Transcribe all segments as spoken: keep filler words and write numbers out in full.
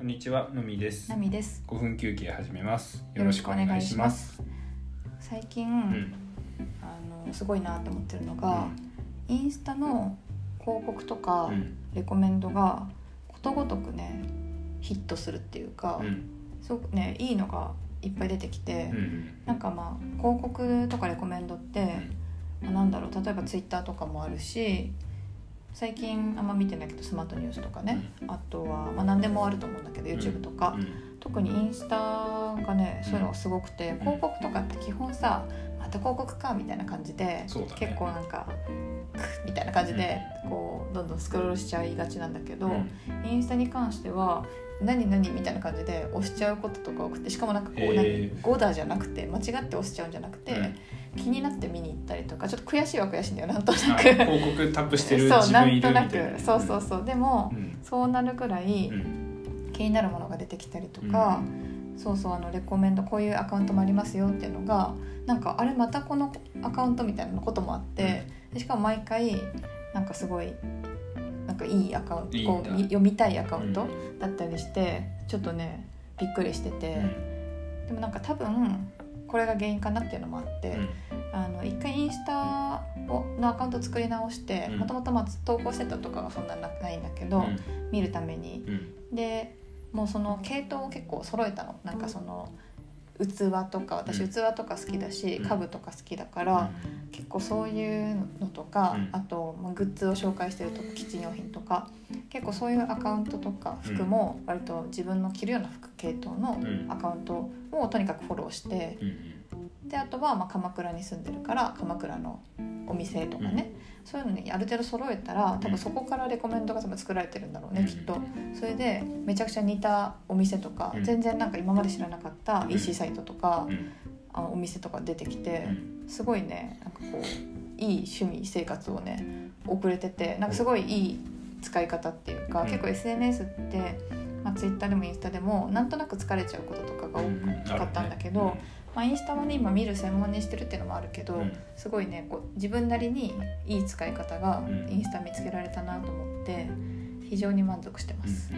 こんにちは、のみです。 なみです。 ごふん休憩始めます。 よろしくお願いします。最近、うん、あのすごいなと思ってるのが、うん、インスタの広告とか、うん、レコメンドがことごとくねヒットするっていうか、うん、すごくねいいのがいっぱい出てきて、うん、なんかまあ広告とかレコメンドって、うん、まあ、なんだろう例えばツイッターとかもあるし、最近あんま見てないけどスマートニュースとかね、うん、あとは、まあ、何でもあると思うんだけど YouTube とか、うん、特にインスタがねそういうのがすごくて、うん、広告とかって基本さまた広告かみたいな感じで、ね、結構なんかみたいな感じでこうどんどんスクロールしちゃいがちなんだけど、うん、インスタに関しては何何みたいな感じで押しちゃうこととか多くて、しかもなんかこう何ゴダじゃなくて間違って押しちゃうんじゃなくて、うん、気になって見に行ったりとか、ちょっと悔しいは悔しいんだよなんとなく広告タップしてる自分いるみたいな、 そうなんとなくそうそうそう、でも、うん、そうなるくらい気になるものが出てきたりとか、うん、そうそうあのレコメンドこういうアカウントもありますよっていうのがなんかあれまたこのアカウントみたいなこともあって、うん、しかも毎回なんかすごいなんかいいアカウントこう読みたいアカウントだったりして、うん、ちょっとねびっくりしてて、うん、でもなんか多分これが原因かなっていうのもあって、うん、あの一回インスタのアカウント作り直してもともと投稿してたとかはそんなないんだけど、うん、見るために、うん、でもうその系統を結構揃えたの、なんかその器とか私器とか好きだし、うん、家具とか好きだから、うん、結構そういうのとか、うん、あとグッズを紹介してるとかキッチン用品とか結構そういうアカウントとか服も割と自分の着るような服系統のアカウントをとにかくフォローして、うん、であとはまあ鎌倉に住んでるから鎌倉のお店とかね、うん、そういうのにある程度揃えたら多分そこからレコメンドが作られてるんだろうね、うん、きっとそれでめちゃくちゃ似たお店とか、うん、全然なんか今まで知らなかった イーシー サイトとか、うん、あのお店とか出てきて、うん、すごいねなんかこういい趣味生活をね送れてて、なんかすごいいい使い方っていうか、うん、結構 エスエヌエス って、まあ、Twitter でもインスタでもなんとなく疲れちゃうこととかが多かったんだけど、うんまあ、インスタはね今見る専門にしてるっていうのもあるけど、うん、すごいねこう自分なりにいい使い方がインスタ見つけられたなと思って非常に満足してます、うん、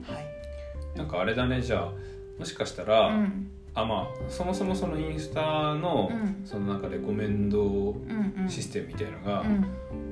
はい。 なんかあれだね、じゃあもしかしたら、うん、あまあそもそもそのインスタの、うん、そのなんかレコメンドシステムみたいなのが、うん、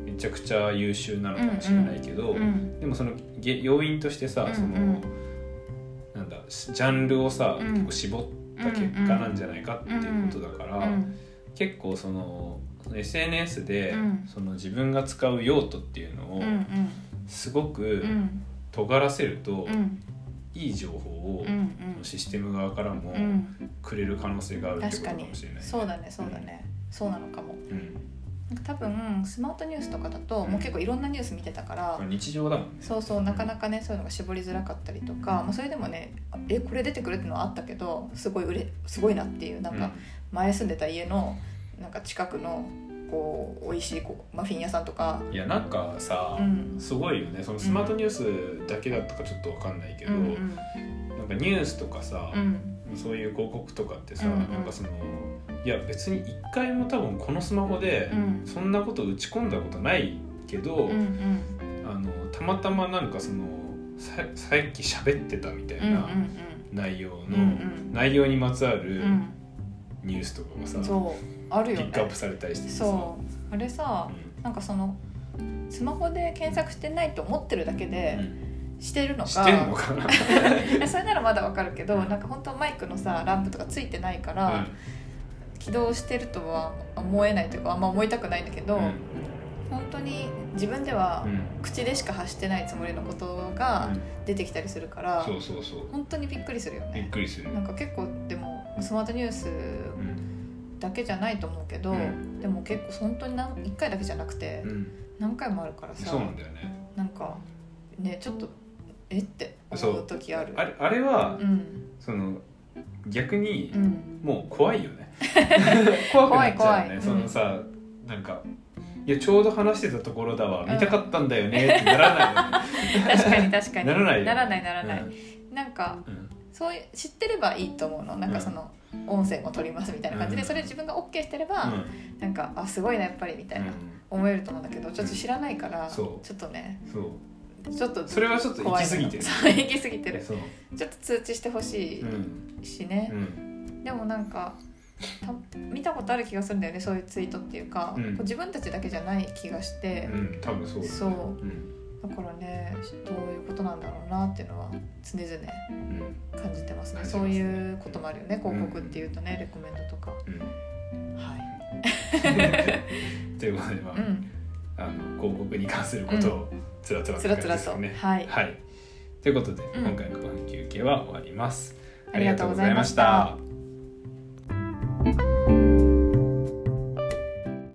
めちゃくちゃ優秀なのかもしれないけど、うんうん、でもその要因としてさ、うんうん、そのなんだジャンルをさ、うん、結構絞って結果なんじゃないかっていうことだから、うんうん、結構その エスエヌエス で、うん、その自分が使う用途っていうのをすごく尖らせると、うん、いい情報を、うんうん、システム側からもくれる可能性があるってことかもしれない、ね、 そうだねそうだね、うん、そうなのかも、うん多分スマートニュースとかだともう結構いろんなニュース見てたから、 うん、日常だもんね。 そうそうなかなかねそういうのが絞りづらかったりとか、まあ、それでもねえこれ出てくるっていうのはあったけどすごいうれすごいなっていうなんか前住んでた家のなんか近くのこう美味しいこうマフィン屋さんとかいやなんかさ、うん、すごいよねそのスマートニュースだけだったかちょっと分かんないけど、うんうん、なんかニュースとかさ、うん、そういう広告とかってさ、うんうん、なんかそのいや別に一回も多分このスマホでそんなこと打ち込んだことないけど、うんうん、あのたまたまなんかその さ, さっき喋ってたみたいな内容の、うんうん、内容にまつわるニュースとかがさ、うん、そうあるよね、ピックアップされたりしてさ、 そうあれさ、うん、なんかそのスマホで検索してないと思ってるだけで、うん、してるのかしてるのかなそれならまだわかるけど、うん、なんか本当マイクのさランプとかついてないから、うん起動してるとは思えないというかあんま思いたくないんだけど、うん、本当に自分では口でしか発してないつもりのことが出てきたりするから、うん、そうそうそう本当にびっくりするよね。 びっくりする。 なんか結構でもスマートニュースだけじゃないと思うけど、うん、でも結構本当に何いっかいだけじゃなくて何回もあるからさ、 そうなんだよね。 なんかねちょっとえって思う時ある。 あれ、あれは、うん、その逆にもう怖いよね、怖くなっちゃうよね。そのさ、うん、なんかいやちょうど話してたところだわ、うん、見たかったんだよねってならないよね確かに確かにならないよ、 ならないならない、うん、なんか、うん、そういう知ってればいいと思うの。なんかその、うん、音声も取りますみたいな感じで、うん、それ自分が OK してれば、うん、なんかあすごいなやっぱりみたいな、うん、思えると思うんだけどちょっと知らないから、うん、ちょっとねそうちょっとそれはちょっと行き過ぎてる。 そう行き過ぎてる。 そうちょっと通知してほしいしね、うんうん、でもなんか見たことある気がするんだよね、そういうツイートっていうか、うん、こう自分たちだけじゃない気がして、 うん、多分そうだね。 そう、うん、だからねどういうことなんだろうなっていうのは常々感じてますね、うん、そういうこともあるよね、広告っていうとね、うん、レコメンドとか、うん、はいということで、まあうん、あの広告に関することをつらつらと、ね、 つらつらと、はい、 はい、ということで、うん、今回のごふん休憩は終わります。 ありがとうございました。